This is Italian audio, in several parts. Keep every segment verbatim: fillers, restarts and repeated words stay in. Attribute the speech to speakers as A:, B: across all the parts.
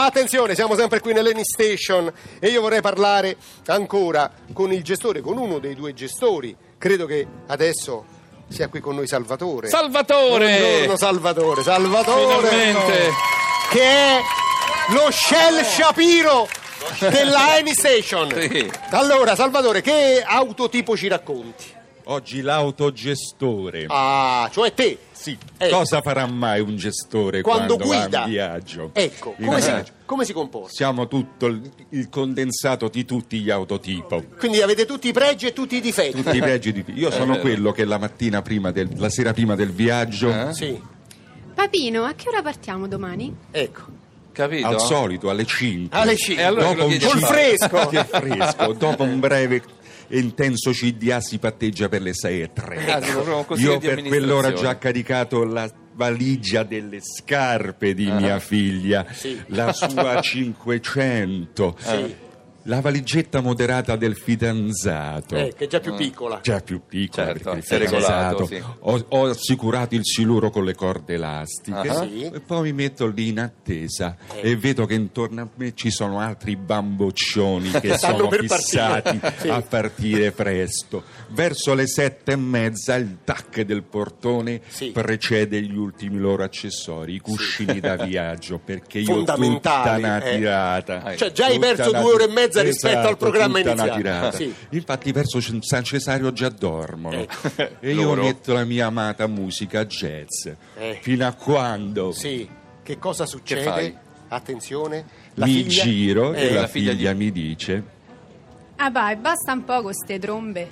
A: Attenzione, siamo sempre qui nell'Eni Station e io vorrei parlare ancora con il gestore, con uno dei due gestori. Credo che adesso sia qui con noi Salvatore.
B: Salvatore!
A: Buongiorno Salvatore, Salvatore!
B: Finalmente!
A: Che è lo Shell Shapiro della Eni Station.
B: Sì.
A: Allora, Salvatore, che autotipo ci racconti?
C: Oggi l'autogestore.
A: Ah, cioè te.
C: Sì.
A: Ecco.
C: Cosa farà mai un gestore
A: Quando
C: quando,
A: guida.
C: va in viaggio?
A: Ecco,
C: In
A: come si,
C: viaggio.
A: come si comporta?
C: Siamo tutto il, il condensato di tutti gli autotipo.
A: Quindi avete tutti i pregi e tutti i difetti.
C: Tutti i pregi di Io sono quello che la mattina prima del, la sera prima del viaggio,
B: Eh?
A: Sì,
D: Papino, a che ora partiamo domani?
A: ecco.
B: Capito?
C: al solito alle cinque.
A: Alle cinque.
B: E allora
C: Dopo
B: quello
C: un
B: che dici
A: Col
B: fa?
A: fresco.
C: Che fresco. Dopo un breve e intenso C D A si patteggia per le sei e tre.
B: Ah, tipo proprio un consiglio
C: Io
B: di
C: per quell'ora ho
B: amministrazione.
C: già caricato la valigia delle scarpe di mia figlia,
A: Sì.
C: la sua cinquecento, la valigetta moderata del fidanzato.
A: Eh, che è già più piccola.
C: Già più piccola,
B: Certo,
C: perché il
B: è regolato,
C: fidanzato.
B: sì.
C: ho, ho assicurato il siluro con le corde elastiche.
B: Ah.
A: Sì.
C: E poi mi metto lì in attesa e vedo che intorno a me ci sono altri bamboccioni che
A: Stanno
C: sono
A: per
C: fissati
A: partire. Sì.
C: a partire presto. Verso le sette e mezza il tac del portone
A: Sì.
C: precede gli ultimi loro accessori, i cuscini da viaggio, perché io ho tutta
A: Fondamentali,
C: una
A: eh.
C: tirata.
A: Cioè, già hai
C: Tutta
A: perso
C: una
A: due ore e
C: ti-
A: mezza rispetto al programma
C: tutta una
A: iniziale.
C: tirata.
A: Sì.
C: Infatti verso San Cesario già dormono
A: Ecco.
C: e io
B: Loro.
C: metto la mia amata musica jazz
A: Eh.
C: fino a quando
A: Sì. Che cosa succede?
B: Che fai?
A: Attenzione. La
C: mi
A: figlia...
C: giro
A: Eh,
C: e la,
B: la figlia
C: figlia,
B: gli-
C: mi dice:
D: Ah vai, basta un po' con ste trombe.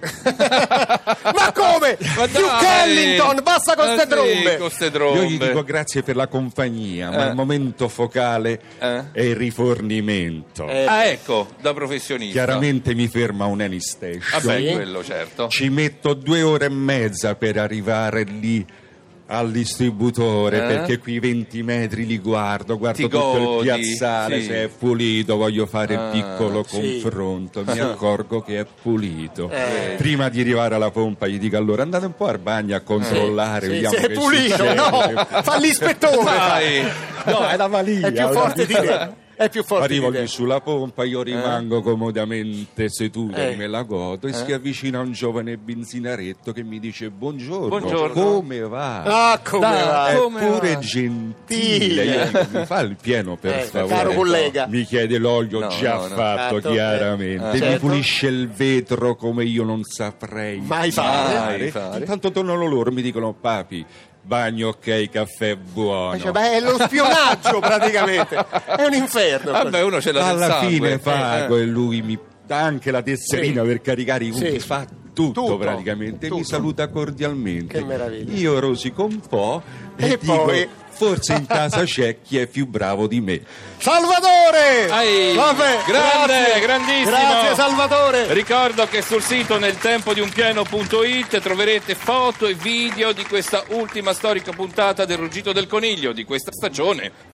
A: Ma come?
B: Ma
A: Più
B: dai!
A: Ellington, basta con
B: Ah,
A: ste
B: sì,
A: trombe.
B: con ste
C: io
B: trombe.
C: gli dico grazie per la compagnia, ma
B: Eh.
C: il momento focale
B: Eh?
C: è il rifornimento.
A: Eh.
B: Ah, ecco, da professionista.
C: Chiaramente mi ferma un Eni Station.
B: Vabbè,
A: Sì.
B: quello certo.
C: Ci metto due ore e mezza per arrivare lì al distributore,
B: Eh?
C: perché qui venti metri li guardo, guardo
B: Ti
C: tutto
B: godi,
C: il piazzale,
B: sì.
C: se è pulito, voglio fare
B: Ah,
C: il piccolo
A: sì.
C: confronto, mi accorgo che è pulito.
A: Eh.
C: Prima di arrivare alla pompa gli dico: allora andate un po' al bagno a controllare,
A: Sì,
C: vediamo
A: se è
C: che
A: pulito,
C: succede.
A: no, fa l'ispettore.
B: Dai.
C: No, è la valigia.
A: È più
C: una
A: forte di
C: piccola-
A: te. È più forte
C: Arrivo
A: di
C: lì
A: te.
C: sulla pompa, io rimango comodamente seduto
A: Eh.
C: e me la godo, e si avvicina un giovane benzinaretto che mi dice: buongiorno,
B: Buongiorno.
C: come va?
A: Ah, come
B: Dai,
A: va?
C: È
B: come
C: pure
B: va?
C: gentile. Io dico: mi fa il pieno per
A: Eh,
C: favore.
A: caro collega.
C: Mi chiede l'olio
B: No,
C: già
B: no, no.
C: fatto,
A: Certo,
C: chiaramente.
A: eh,
C: Mi
A: certo.
C: pulisce il vetro come io non saprei
A: Mai fare.
B: Mai fare.
C: Intanto tornano loro, mi dicono: papi, bagno ok, caffè buono.
A: Cioè, beh, è lo spionaggio praticamente. È un inferno.
B: Vabbè, uno ce l'ha nel
C: Alla
B: sangue.
C: fine
B: Eh,
C: pago
B: eh.
C: e lui mi dà anche la tesserina
A: Sì.
C: per caricare i punti,
A: Sì.
C: fa tutto,
A: Tutto,
C: praticamente,
A: tutto.
C: mi saluta cordialmente.
A: Che meraviglia.
C: Io rosico un po' e,
A: E
C: dico:
A: poi?
C: forse in casa c'è chi è più bravo di me.
A: Salvatore!
B: Ai,
A: Vabbè,
B: grande,
A: grazie.
B: grandissimo.
A: Grazie Salvatore.
B: Ricordo che sul sito nel tempo di un pieno punto it troverete foto e video di questa ultima storica puntata del Ruggito del Coniglio di questa stagione.